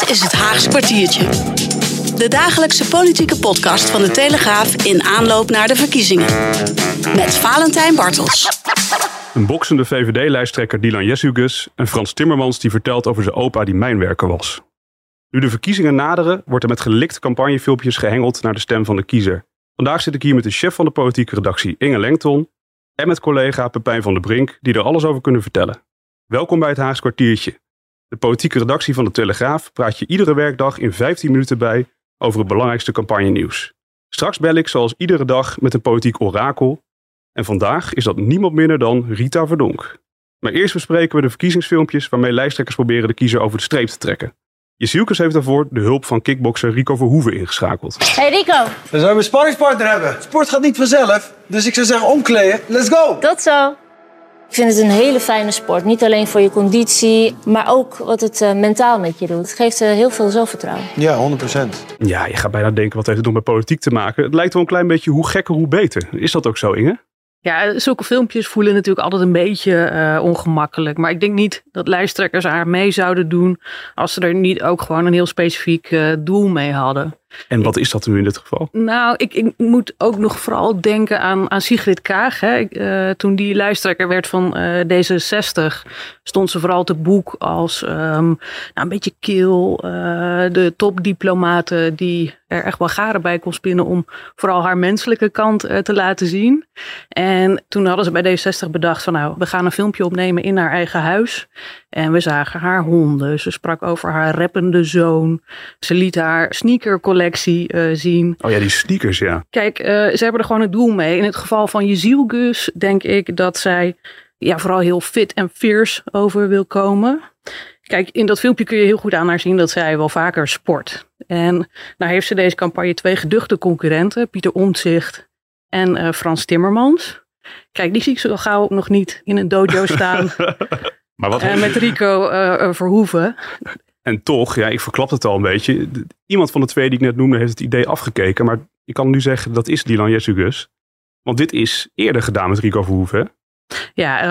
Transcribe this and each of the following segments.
is het Haags kwartiertje. De dagelijkse politieke podcast van de Telegraaf in aanloop naar de verkiezingen. Met Valentijn Bartels. Een boksende VVD-lijsttrekker Dylan Jesugus en Frans Timmermans die vertelt over zijn opa die mijnwerker was. Nu de verkiezingen naderen, wordt er met gelikte campagnefilmpjes gehengeld naar de stem van de kiezer. Vandaag zit ik hier met de chef van de politieke redactie Inge Lengton en met collega Pepijn van der Brink die er alles over kunnen vertellen. Welkom bij het Haags kwartiertje. De politieke redactie van de Telegraaf praat je iedere werkdag in 15 minuten bij over het belangrijkste campagnenieuws. Straks bel ik zoals iedere dag met een politiek orakel. En vandaag is dat niemand minder dan Rita Verdonk. Maar eerst bespreken we de verkiezingsfilmpjes waarmee lijsttrekkers proberen de kiezer over de streep te trekken. Jezielkes heeft daarvoor de hulp van kickbokser Rico Verhoeven ingeschakeld. Hey Rico. Dan zou je een sparringspartner hebben. Sport gaat niet vanzelf, dus ik zou zeggen omkleden. Let's go! Tot zo. Ik vind het een hele fijne sport. Niet alleen voor je conditie, maar ook wat het mentaal met je doet. Het geeft heel veel zelfvertrouwen. Ja, 100%. Ja, je gaat bijna denken wat heeft het nog met politiek te maken. Het lijkt wel een klein beetje hoe gekker hoe beter. Is dat ook zo, Inge? Ja, zulke filmpjes voelen natuurlijk altijd een beetje ongemakkelijk. Maar ik denk niet dat lijsttrekkers er mee zouden doen als ze er niet ook gewoon een heel specifiek doel mee hadden. En wat is dat nu in dit geval? Nou, ik moet ook nog vooral denken aan Sigrid Kaag. Hè. Toen die lijsttrekker werd van D66, stond ze vooral te boek als een beetje kil. De topdiplomaten die er echt wel garen bij kon spinnen om vooral haar menselijke kant te laten zien. En toen hadden ze bij D66 bedacht van we gaan een filmpje opnemen in haar eigen huis. En we zagen haar honden. Ze sprak over haar rappende zoon. Ze liet haar sneakercollectie zien. Oh ja, die sneakers, ja. Kijk, ze hebben er gewoon een doel mee. In het geval van Jezielgus denk ik dat zij vooral heel fit en fierce over wil komen. Kijk, in dat filmpje kun je heel goed aan haar zien dat zij wel vaker sport. En nou heeft ze deze campagne 2 geduchte concurrenten. Pieter Omtzigt en Frans Timmermans. Kijk, die zie ik zo gauw nog niet in een dojo staan. Maar wat met Rico Verhoeven. En toch, ja, ik verklap het al een beetje. Iemand van de 2 die ik net noemde heeft het idee afgekeken. Maar ik kan nu zeggen dat is Dylan Jesugus. Want dit is eerder gedaan met Rico Verhoeven, hè? Ja,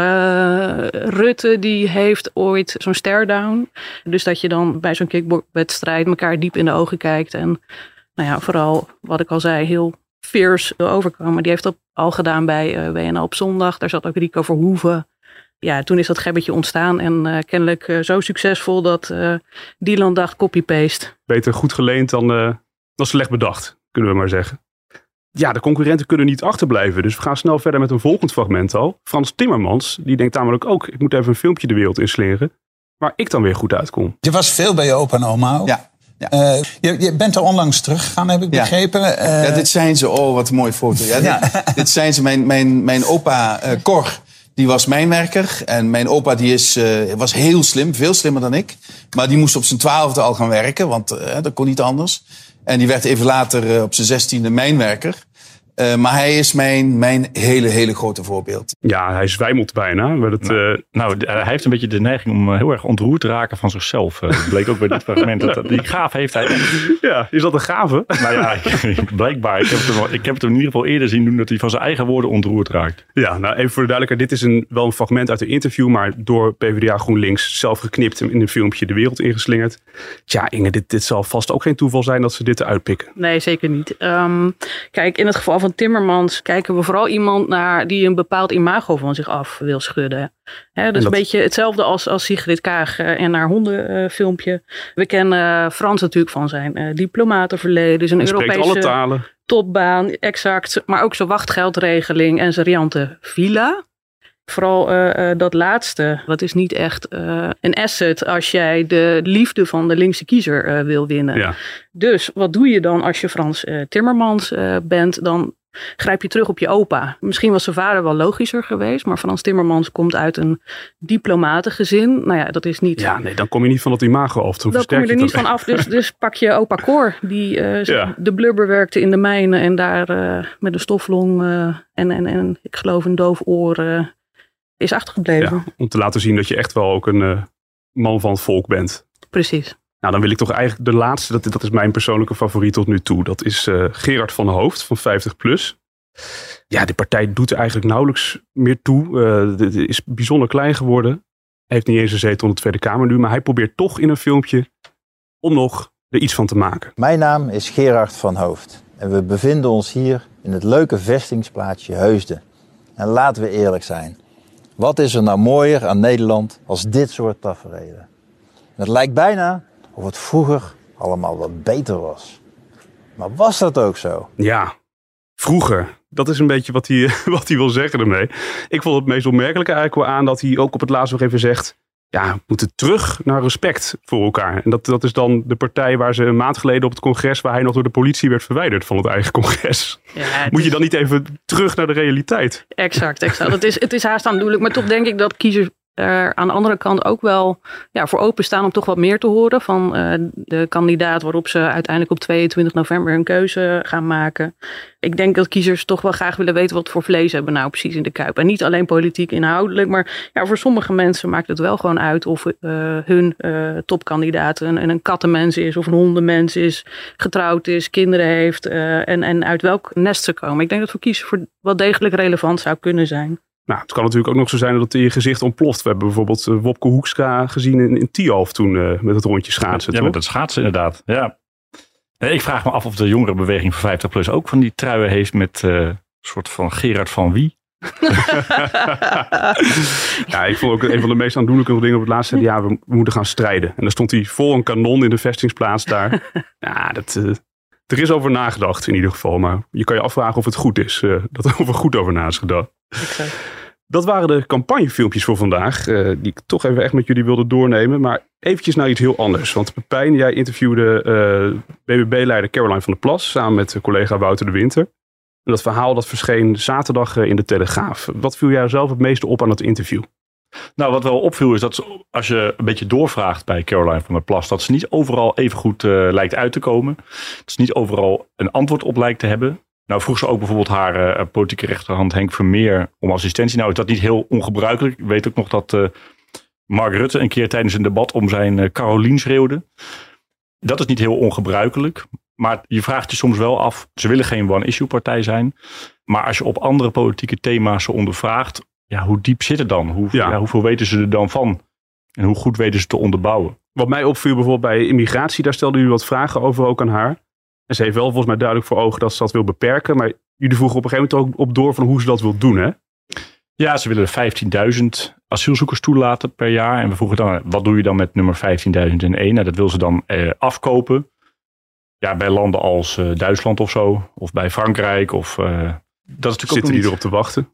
Rutte die heeft ooit zo'n stare-down. Dus dat je dan bij zo'n kickboxwedstrijd elkaar diep in de ogen kijkt. En vooral, wat ik al zei, heel fierce overkomen. Die heeft dat al gedaan bij WNL op zondag. Daar zat ook Rico Verhoeven. Ja, toen is dat gebbetje ontstaan en kennelijk zo succesvol dat Dylan dacht copy-paste. Beter goed geleend dan slecht bedacht, kunnen we maar zeggen. Ja, de concurrenten kunnen niet achterblijven, dus we gaan snel verder met een volgend fragment al. Frans Timmermans, die denkt namelijk ook, ik moet even een filmpje de wereld inslingeren, waar ik dan weer goed uitkom. Je was veel bij je opa en oma ook. Ja. Je bent er onlangs teruggegaan, heb ik begrepen. Ja, dit zijn ze. Oh, wat een mooie foto. Ja, dit zijn ze. Mijn opa Cor, die was mijnwerker. En mijn opa was heel slim, veel slimmer dan ik. Maar die moest op zijn 12e al gaan werken, want dat kon niet anders. En die werd even later op zijn 16e mijnwerker. Maar hij is mijn hele grote voorbeeld. Ja, hij zwijmelt bijna. Hij heeft een beetje de neiging om heel erg ontroerd te raken van zichzelf. Dat bleek ook bij dit fragment. Die gave heeft hij echt. Ja, is dat een gave? Nou ja, blijkbaar. Ik heb het hem in ieder geval eerder zien doen dat hij van zijn eigen woorden ontroerd raakt. Ja, nou even voor de duidelijkheid. Dit is wel een fragment uit een interview, maar door PvdA GroenLinks zelf geknipt en in een filmpje de wereld ingeslingerd. Tja, Inge, dit zal vast ook geen toeval zijn dat ze dit eruit pikken. Nee, zeker niet. Kijk, in het geval van Timmermans kijken we vooral iemand naar die een bepaald imago van zich af wil schudden. Dus een beetje hetzelfde als Sigrid Kaag en haar hondenfilmpje. We kennen Frans natuurlijk van zijn diplomatenverleden. Zijn Europese alle talen. Topbaan, exact. Maar ook zijn wachtgeldregeling en zijn riante villa. Vooral dat laatste, dat is niet echt een asset als jij de liefde van de linkse kiezer wil winnen. Ja. Dus wat doe je dan als je Frans Timmermans bent? Dan grijp je terug op je opa. Misschien was zijn vader wel logischer geweest, maar Frans Timmermans komt uit een diplomatengezin. Nou ja, dat is niet... Ja, nee, dan kom je niet van dat imago af. Dan kom je er niet van af, dus pak je opa Cor, die de blubber werkte in de mijnen en daar met een stoflong en ik geloof een doof oor is achtergebleven. Ja, om te laten zien dat je echt wel ook een man van het volk bent. Precies. Nou, dan wil ik toch eigenlijk de laatste, dat is mijn persoonlijke favoriet tot nu toe. Dat is Gerard van der Hoofd van 50PLUS. Ja, de partij doet er eigenlijk nauwelijks meer toe. Het is bijzonder klein geworden. Hij heeft niet eens een zetel in de Tweede Kamer nu. Maar hij probeert toch in een filmpje om nog er iets van te maken. Mijn naam is Gerard van Hoofd en we bevinden ons hier in het leuke vestingsplaatsje Heusden. En laten we eerlijk zijn, wat is er nou mooier aan Nederland als dit soort taferelen? Het lijkt bijna of het vroeger allemaal wat beter was. Maar was dat ook zo? Ja, vroeger. Dat is een beetje wat hij wil zeggen ermee. Ik vond het meest opmerkelijke eigenlijk wel aan dat hij ook op het laatst nog even zegt... Ja, we moeten terug naar respect voor elkaar. En dat is dan de partij waar ze een maand geleden op het congres... waar hij nog door de politie werd verwijderd van het eigen congres. Ja, moet je dan niet even terug naar de realiteit? Exact. Het is haast aandoenlijk. Maar toch denk ik dat kiezers er aan de andere kant ook wel voor openstaan... om toch wat meer te horen van de kandidaat... waarop ze uiteindelijk op 22 november hun keuze gaan maken. Ik denk dat kiezers toch wel graag willen weten... wat voor vlees hebben nou precies in de kuip. En niet alleen politiek inhoudelijk... maar voor sommige mensen maakt het wel gewoon uit... of hun topkandidaat een kattenmens is... of een hondenmens is, getrouwd is, kinderen heeft... en uit welk nest ze komen. Ik denk dat voor kiezers wel degelijk relevant zou kunnen zijn. Nou, het kan natuurlijk ook nog zo zijn dat het in je gezicht ontploft. We hebben bijvoorbeeld Wopke Hoekstra gezien in Tialf toen met het rondje schaatsen. Ja, met het schaatsen inderdaad. Ja. Ik vraag me af of de jongerenbeweging van 50PLUS ook van die truien heeft met een soort van Gerard van Wie. Ja, ik vond ook een van de meest aandoenlijke dingen op het laatste. Ja, we moeten gaan strijden. En dan stond hij vol een kanon in de vestingsplaats daar. Ja, er is over nagedacht in ieder geval. Maar je kan je afvragen of het goed is. Dat er over goed over na is gedacht. Exact. Dat waren de campagnefilmpjes voor vandaag. Die ik toch even echt met jullie wilde doornemen. Maar eventjes naar iets heel anders. Want Pepijn, jij interviewde BBB-leider Caroline van der Plas. Samen met collega Wouter de Winter. En dat verhaal dat verscheen zaterdag in de Telegraaf. Wat viel jou zelf het meeste op aan het interview? Nou, wat wel opviel is dat als je een beetje doorvraagt bij Caroline van der Plas... dat ze niet overal even goed lijkt uit te komen. Dat ze niet overal een antwoord op lijkt te hebben. Nou vroeg ze ook bijvoorbeeld haar politieke rechterhand Henk Vermeer om assistentie. Nou is dat niet heel ongebruikelijk. Ik weet ook nog dat Mark Rutte een keer tijdens een debat om zijn Carolien schreeuwde. Dat is niet heel ongebruikelijk. Maar je vraagt je soms wel af, ze willen geen one-issue partij zijn. Maar als je op andere politieke thema's ze ondervraagt, ja, hoe diep zit het dan? Hoeveel weten ze er dan van? En hoe goed weten ze te onderbouwen? Wat mij opviel bijvoorbeeld bij immigratie, daar stelden jullie wat vragen over ook aan haar. En ze heeft wel volgens mij duidelijk voor ogen dat ze dat wil beperken. Maar jullie vroegen op een gegeven moment ook op door van hoe ze dat wil doen, hè? Ja, ze willen 15.000 asielzoekers toelaten per jaar. En we vroegen dan, wat doe je dan met nummer 15.001? Nou, dat wil ze dan afkopen. Ja, bij landen als Duitsland of zo. Of bij Frankrijk. Of, dat is natuurlijk zitten die erop te wachten?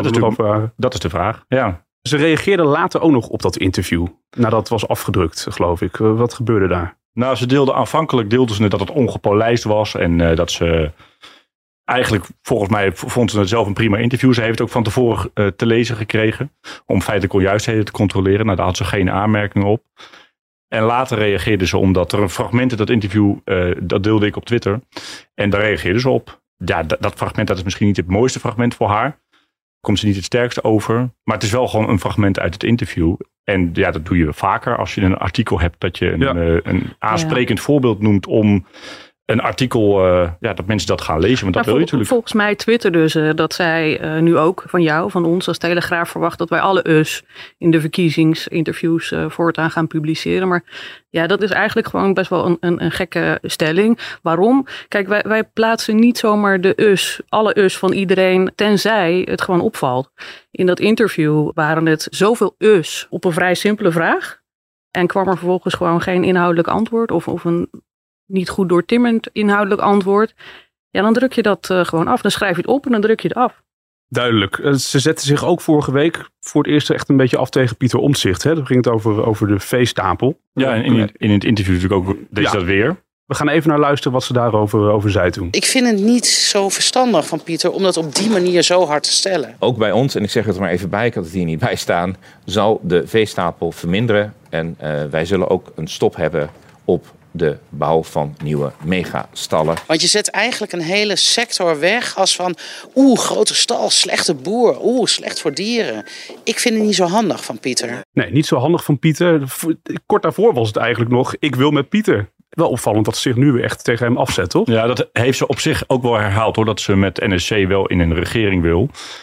Dat is de vraag, ja. Ze reageerden later ook nog op dat interview. Nadat het was afgedrukt, geloof ik. Wat gebeurde daar? Nou, aanvankelijk deelden ze dat het ongepolijst was. En dat ze eigenlijk, volgens mij, vond ze het zelf een prima interview. Ze heeft het ook van tevoren te lezen gekregen. Om feitelijke onjuistheden te controleren. Nou, daar had ze geen aanmerkingen op. En later reageerde ze omdat er een fragment in dat interview, dat deelde ik op Twitter. En daar reageerde ze op. Ja, dat fragment, dat is misschien niet het mooiste fragment voor haar. Komt ze niet het sterkste over. Maar het is wel gewoon een fragment uit het interview. En ja, dat doe je vaker als je een artikel hebt dat je een aansprekend voorbeeld noemt om een artikel, dat mensen dat gaan lezen. Want dat wil je natuurlijk. Volgens mij twitterde ze dat zij nu ook van jou, van ons als Telegraaf verwacht dat wij alle in de verkiezingsinterviews voortaan gaan publiceren. Maar ja, dat is eigenlijk gewoon best wel een gekke stelling. Waarom? Kijk, wij plaatsen niet zomaar alle van iedereen, tenzij het gewoon opvalt. In dat interview waren het zoveel op een vrij simpele vraag. En kwam er vervolgens gewoon geen inhoudelijk antwoord of een niet goed doortimmerend inhoudelijk antwoord. Ja, dan druk je dat gewoon af. Dan schrijf je het op en dan druk je het af. Duidelijk. Ze zetten zich ook vorige week voor het eerst echt een beetje af tegen Pieter Omtzigt. Hè? Dan ging het over de veestapel. Ja, en in het interview natuurlijk ook deed ze dat weer. We gaan even naar luisteren wat ze daarover zei toen. Ik vind het niet zo verstandig van Pieter om dat op die manier zo hard te stellen. Ook bij ons, en ik zeg het er maar even bij, ik had het hier niet bij staan, zal de veestapel verminderen. En wij zullen ook een stop hebben op de bouw van nieuwe megastallen. Want je zet eigenlijk een hele sector weg als van grote stal, slechte boer, slecht voor dieren. Ik vind het niet zo handig van Pieter. Nee, niet zo handig van Pieter. Kort daarvoor was het eigenlijk nog, ik wil met Pieter. Wel opvallend dat ze zich nu weer echt tegen hem afzet, toch? Ja, dat heeft ze op zich ook wel herhaald hoor, dat ze met NSC wel in een regering wil.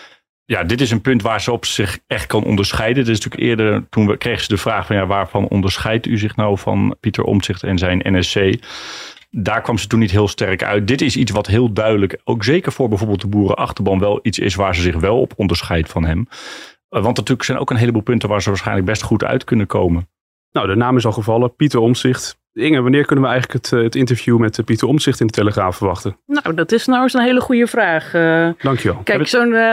Ja, dit is een punt waar ze op zich echt kan onderscheiden. Dus natuurlijk eerder, toen kregen ze de vraag van waarvan onderscheidt u zich nou van Pieter Omtzigt en zijn NSC? Daar kwam ze toen niet heel sterk uit. Dit is iets wat heel duidelijk, ook zeker voor bijvoorbeeld de boerenachterban, wel iets is waar ze zich wel op onderscheidt van hem. Want natuurlijk zijn ook een heleboel punten waar ze waarschijnlijk best goed uit kunnen komen. Nou, de naam is al gevallen, Pieter Omtzigt. Inge, wanneer kunnen we eigenlijk het interview met Pieter Omtzigt in de Telegraaf verwachten? Nou, dat is nou eens een hele goede vraag. Dankjewel. Kijk,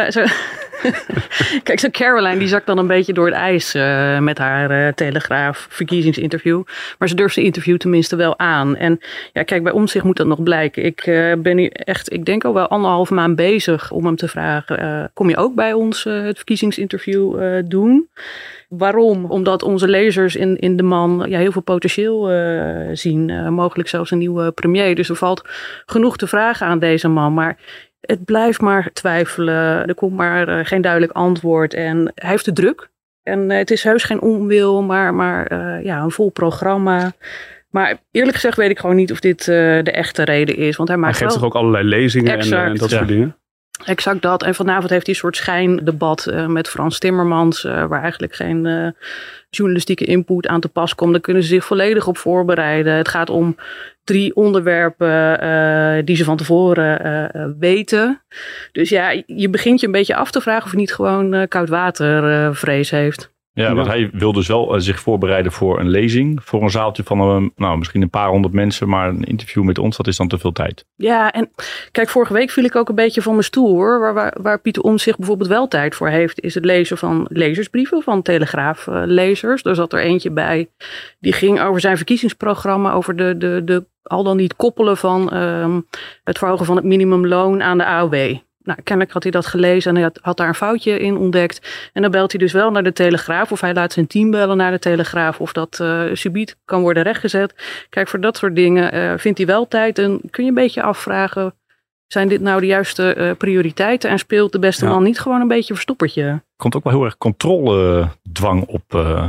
zo'n Caroline die zakt dan een beetje door het ijs met haar Telegraaf verkiezingsinterview. Maar ze durft zijn interview tenminste wel aan. En ja, kijk, bij Omtzigt moet dat nog blijken. Ik ben nu echt, ik denk al wel 1,5 maand bezig om hem te vragen. Kom je ook bij ons het verkiezingsinterview doen? Waarom? Omdat onze lezers in de man heel veel potentieel zien. Mogelijk zelfs een nieuwe premier. Dus er valt genoeg te vragen aan deze man. Maar het blijft maar twijfelen. Er komt maar geen duidelijk antwoord. En hij heeft de druk. En het is heus geen onwil, maar een vol programma. Maar eerlijk gezegd weet ik gewoon niet of dit de echte reden is. Want hij geeft toch ook allerlei lezingen en dat soort dingen? Exact dat. En vanavond heeft hij een soort schijndebat met Frans Timmermans, waar eigenlijk geen journalistieke input aan te pas komt. Daar kunnen ze zich volledig op voorbereiden. Het gaat om 3 onderwerpen die ze van tevoren weten. Dus ja, je begint je een beetje af te vragen of hij niet gewoon koudwatervrees heeft. Ja, want hij wil dus wel zich voorbereiden voor een lezing. Voor een zaaltje van misschien een paar 100 mensen. Maar een interview met ons, dat is dan te veel tijd. Ja, en kijk, vorige week viel ik ook een beetje van mijn stoel hoor. Waar Pieter Omtzigt bijvoorbeeld wel tijd voor heeft, is het lezen van lezersbrieven van Telegraaflezers. Er zat er eentje bij, die ging over zijn verkiezingsprogramma. Over de al dan niet koppelen van het verhogen van het minimumloon aan de AOW. Nou, kennelijk had hij dat gelezen en hij had daar een foutje in ontdekt. En dan belt hij dus wel naar de Telegraaf of hij laat zijn team bellen naar de Telegraaf of dat subiet kan worden rechtgezet. Kijk, voor dat soort dingen vindt hij wel tijd en kun je een beetje afvragen, zijn dit nou de juiste prioriteiten en speelt de beste man niet gewoon een beetje verstoppertje? Komt ook wel heel erg controledwang op.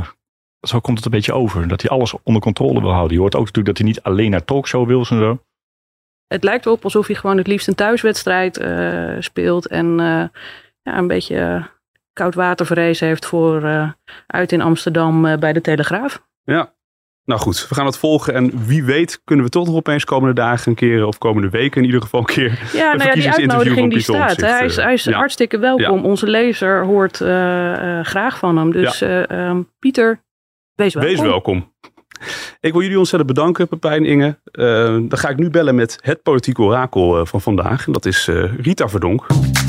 Zo komt het een beetje over, dat hij alles onder controle wil houden. Je hoort ook natuurlijk dat hij niet alleen naar talkshow wil en zo. Het lijkt erop alsof hij gewoon het liefst een thuiswedstrijd speelt. En een beetje koudwatervrees heeft voor uit in Amsterdam bij de Telegraaf. Ja, nou goed. We gaan het volgen. En wie weet kunnen we toch nog opeens komende dagen een keer, of komende weken in ieder geval een keer, ja, nou ja, die uitnodiging die staat. Hij is hartstikke welkom. Ja. Onze lezer hoort graag van hem. Dus Pieter, wees welkom. Wees welkom. Ik wil jullie ontzettend bedanken, Pepijn, Inge. Dan ga ik nu bellen met het politieke orakel van vandaag. En dat is Rita Verdonk.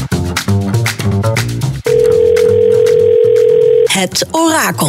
Het orakel.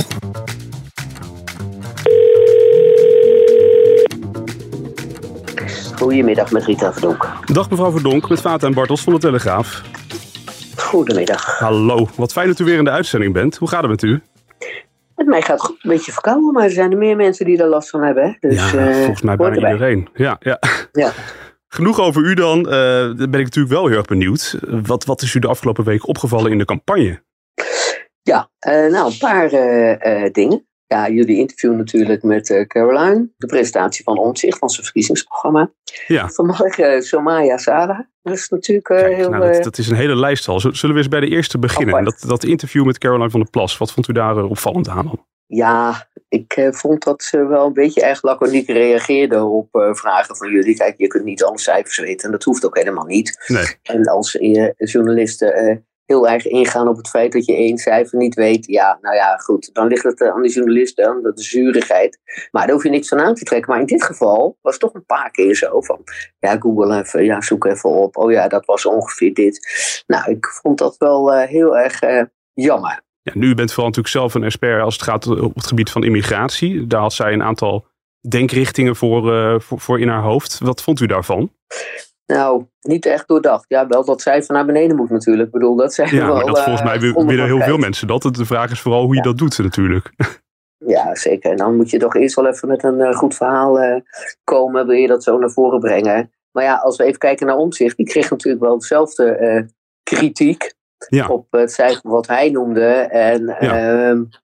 Goedemiddag met Rita Verdonk. Dag mevrouw Verdonk, met Vaten en Bartels van de Telegraaf. Goedemiddag. Hallo, wat fijn dat u weer in de uitzending bent. Hoe gaat het met u? Met mij gaat het goed, een beetje verkouden, maar er zijn er meer mensen die er last van hebben. Hè? Dus, volgens mij bijna iedereen. Ja. Genoeg over u dan. Dan ben ik natuurlijk wel heel erg benieuwd. Wat is u de afgelopen week opgevallen in de campagne? Ja, een paar dingen. Ja, jullie interview natuurlijk met Caroline. De presentatie van Omtzigt, van zijn verkiezingsprogramma. Ja. Vanmorgen Somaya Salah. Dat is natuurlijk heel... dat is een hele lijst al. Zullen we eens bij de eerste beginnen? Dat interview met Caroline van der Plas. Wat vond u daar opvallend aan? Ja, ik vond dat ze wel een beetje erg laconiek reageerde op vragen van jullie. Kijk, je kunt niet alle cijfers weten en dat hoeft ook helemaal niet. Nee. En als journalisten heel erg ingaan op het feit dat je 1 cijfer niet weet. Ja, nou ja, goed. Dan ligt het aan de journalisten, aan de zurigheid. Maar daar hoef je niks van aan te trekken. Maar in dit geval was het toch een paar keer zo van... Ja, Google even, ja, zoek even op. Oh ja, dat was ongeveer dit. Nou, ik vond dat wel heel erg jammer. Ja, nu bent vooral natuurlijk zelf een expert als het gaat op het gebied van immigratie. Daar had zij een aantal denkrichtingen voor in haar hoofd. Wat vond u daarvan? Nou, niet echt doordacht. Ja, wel dat zij van naar beneden moet natuurlijk. Ik bedoel, dat zijn wel... maar dat volgens mij willen heel veel mensen dat. De vraag is vooral hoe je dat doet natuurlijk. Ja, zeker. En dan moet je toch eerst wel even met een goed verhaal komen. Wil je dat zo naar voren brengen. Maar ja, als we even kijken naar Omtzigt. Die kreeg natuurlijk wel dezelfde kritiek op het cijfer wat hij noemde. En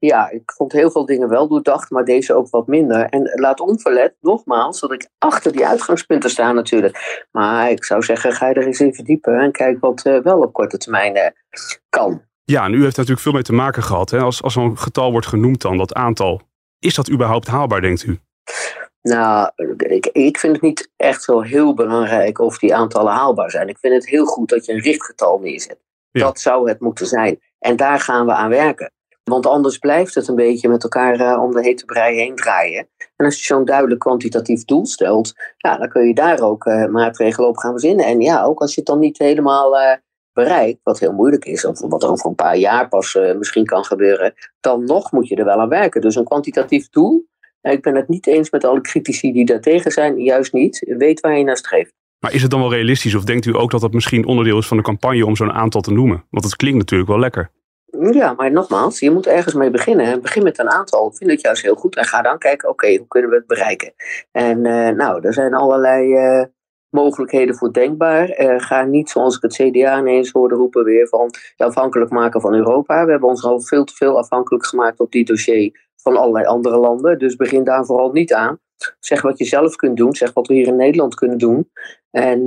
Ja, ik vond heel veel dingen wel doordacht, maar deze ook wat minder. En laat onverlet, nogmaals, dat ik achter die uitgangspunten sta natuurlijk. Maar ik zou zeggen, ga je er eens in verdiepen en kijk wat wel op korte termijn kan. Ja, en u heeft natuurlijk veel mee te maken gehad. Hè? Als zo'n getal wordt genoemd dan, dat aantal. Is dat überhaupt haalbaar, denkt u? Nou, ik vind het niet echt zo heel belangrijk of die aantallen haalbaar zijn. Ik vind het heel goed dat je een richtgetal neerzet. Ja. Dat zou het moeten zijn. En daar gaan we aan werken. Want anders blijft het een beetje met elkaar om de hete brei heen draaien. En als je zo'n duidelijk kwantitatief doel stelt, ja, dan kun je daar ook maatregelen op gaan verzinnen. En ja, ook als je het dan niet helemaal bereikt, wat heel moeilijk is, of wat over een paar jaar pas misschien kan gebeuren, dan nog moet je er wel aan werken. Dus een kwantitatief doel, ik ben het niet eens met alle critici die daartegen zijn, juist niet. Weet waar je naar streeft. Maar is het dan wel realistisch of denkt u ook dat dat misschien onderdeel is van de campagne om zo'n aantal te noemen? Want het klinkt natuurlijk wel lekker. Ja, maar nogmaals, je moet ergens mee beginnen. Begin met een aantal. Ik vind het juist heel goed. En ga dan kijken, oké, hoe kunnen we het bereiken? En er zijn allerlei mogelijkheden voor denkbaar. Ga niet, zoals ik het CDA ineens hoorde roepen, weer van afhankelijk maken van Europa. We hebben ons al veel te veel afhankelijk gemaakt op die dossier van allerlei andere landen. Dus begin daar vooral niet aan. Zeg wat je zelf kunt doen. Zeg wat we hier in Nederland kunnen doen. En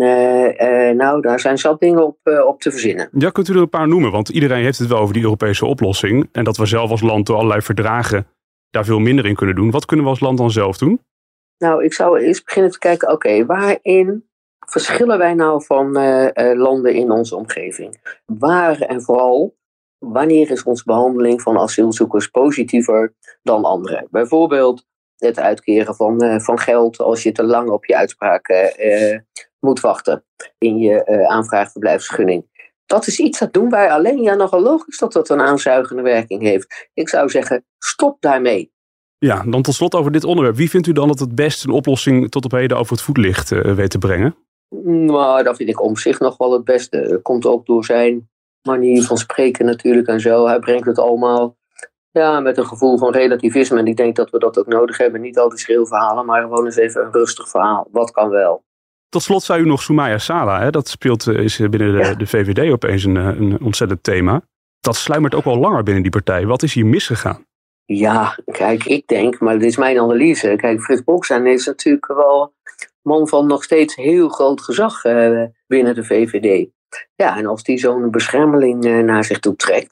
daar zijn zat dingen op te verzinnen. Ja, kunt u er een paar noemen? Want iedereen heeft het wel over die Europese oplossing. En dat we zelf als land door allerlei verdragen daar veel minder in kunnen doen. Wat kunnen we als land dan zelf doen? Nou, ik zou eerst beginnen te kijken, oké, waarin verschillen wij nou van landen in onze omgeving? Waar en vooral, wanneer is onze behandeling van asielzoekers positiever dan anderen? Bijvoorbeeld het uitkeren van geld als je te lang op je uitspraak moet wachten in je aanvraag verblijfsvergunning. Dat is iets, dat doen wij alleen. Ja, nogal logisch dat dat een aanzuigende werking heeft. Ik zou zeggen, stop daarmee. Ja, dan tot slot over dit onderwerp. Wie vindt u dan dat het best een oplossing tot op heden over het voetlicht weet te brengen? Nou, dat vind ik om zich nog wel het beste. Dat komt ook door zijn manier van spreken natuurlijk en zo. Hij brengt het allemaal met een gevoel van relativisme. En ik denk dat we dat ook nodig hebben. Niet al die schreeuwverhalen, maar gewoon eens even een rustig verhaal. Wat kan wel? Tot slot zei u nog Soumaya Sala. Hè? Dat is binnen de VVD opeens een ontzettend thema. Dat sluimert ook al langer binnen die partij. Wat is hier misgegaan? Ja, kijk, ik denk, maar dit is mijn analyse. Kijk, Frits Bokstein is natuurlijk wel man van nog steeds heel groot gezag binnen de VVD. Ja, en als die zo'n beschermeling naar zich toe trekt,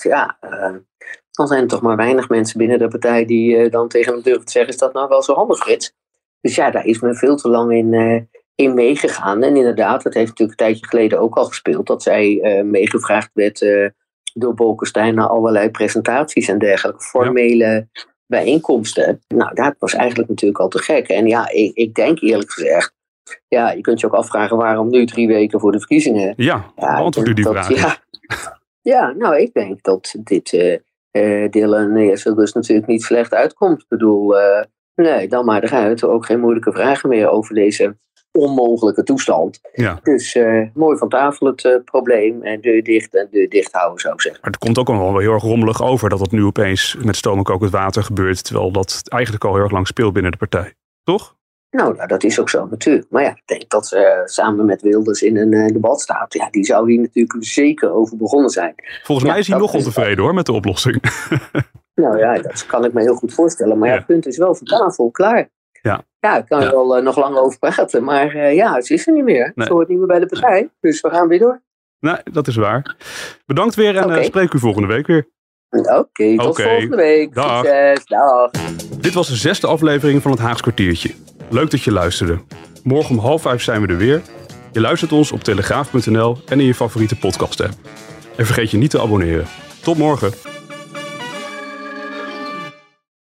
dan zijn er toch maar weinig mensen binnen de partij die dan tegen hem durven te zeggen, is dat nou wel zo handig, Frits? Dus ja, daar is men veel te lang in meegegaan. En inderdaad, dat heeft natuurlijk een tijdje geleden ook al gespeeld, dat zij meegevraagd werd door Bolkestein naar allerlei presentaties en dergelijke formele bijeenkomsten. Nou, dat was eigenlijk natuurlijk al te gek. En ja, ik denk eerlijk gezegd, ja, je kunt je ook afvragen waarom nu 3 weken voor de verkiezingen. Ja, beantwoord u die vraag. Ja, nou, ik denk dat dit Dylan dus natuurlijk niet slecht uitkomt. Ik bedoel, nee, dan maar eruit. Ook geen moeilijke vragen meer over deze onmogelijke toestand. Ja. Dus mooi van tafel het probleem. En deur dicht en deur dicht houden, zou ik zeggen. Maar het komt ook wel heel erg rommelig over dat het nu opeens met stoom en kokend water gebeurt. Terwijl dat eigenlijk al heel erg lang speelt binnen de partij. Toch? Nou, dat is ook zo natuurlijk. Maar ja, ik denk dat ze samen met Wilders in een debat staat. Ja, die zou hier natuurlijk zeker over begonnen zijn. Volgens mij is hij nog ontevreden hoor met de oplossing. Nou ja, dat kan ik me heel goed voorstellen. Maar ja, het punt is wel van tafel, klaar. Ja, ik kan er wel nog lang over praten. Maar het is er niet meer. Het hoort niet meer bij de partij. Dus we gaan weer door. Nee, dat is waar. Bedankt weer en spreek u volgende week weer. Oké, tot volgende week. Dag. Succes, dag. Dit was de 6e aflevering van het Haags Kwartiertje. Leuk dat je luisterde. Morgen om 4:30 zijn we er weer. Je luistert ons op telegraaf.nl en in je favoriete podcast app. En vergeet je niet te abonneren. Tot morgen.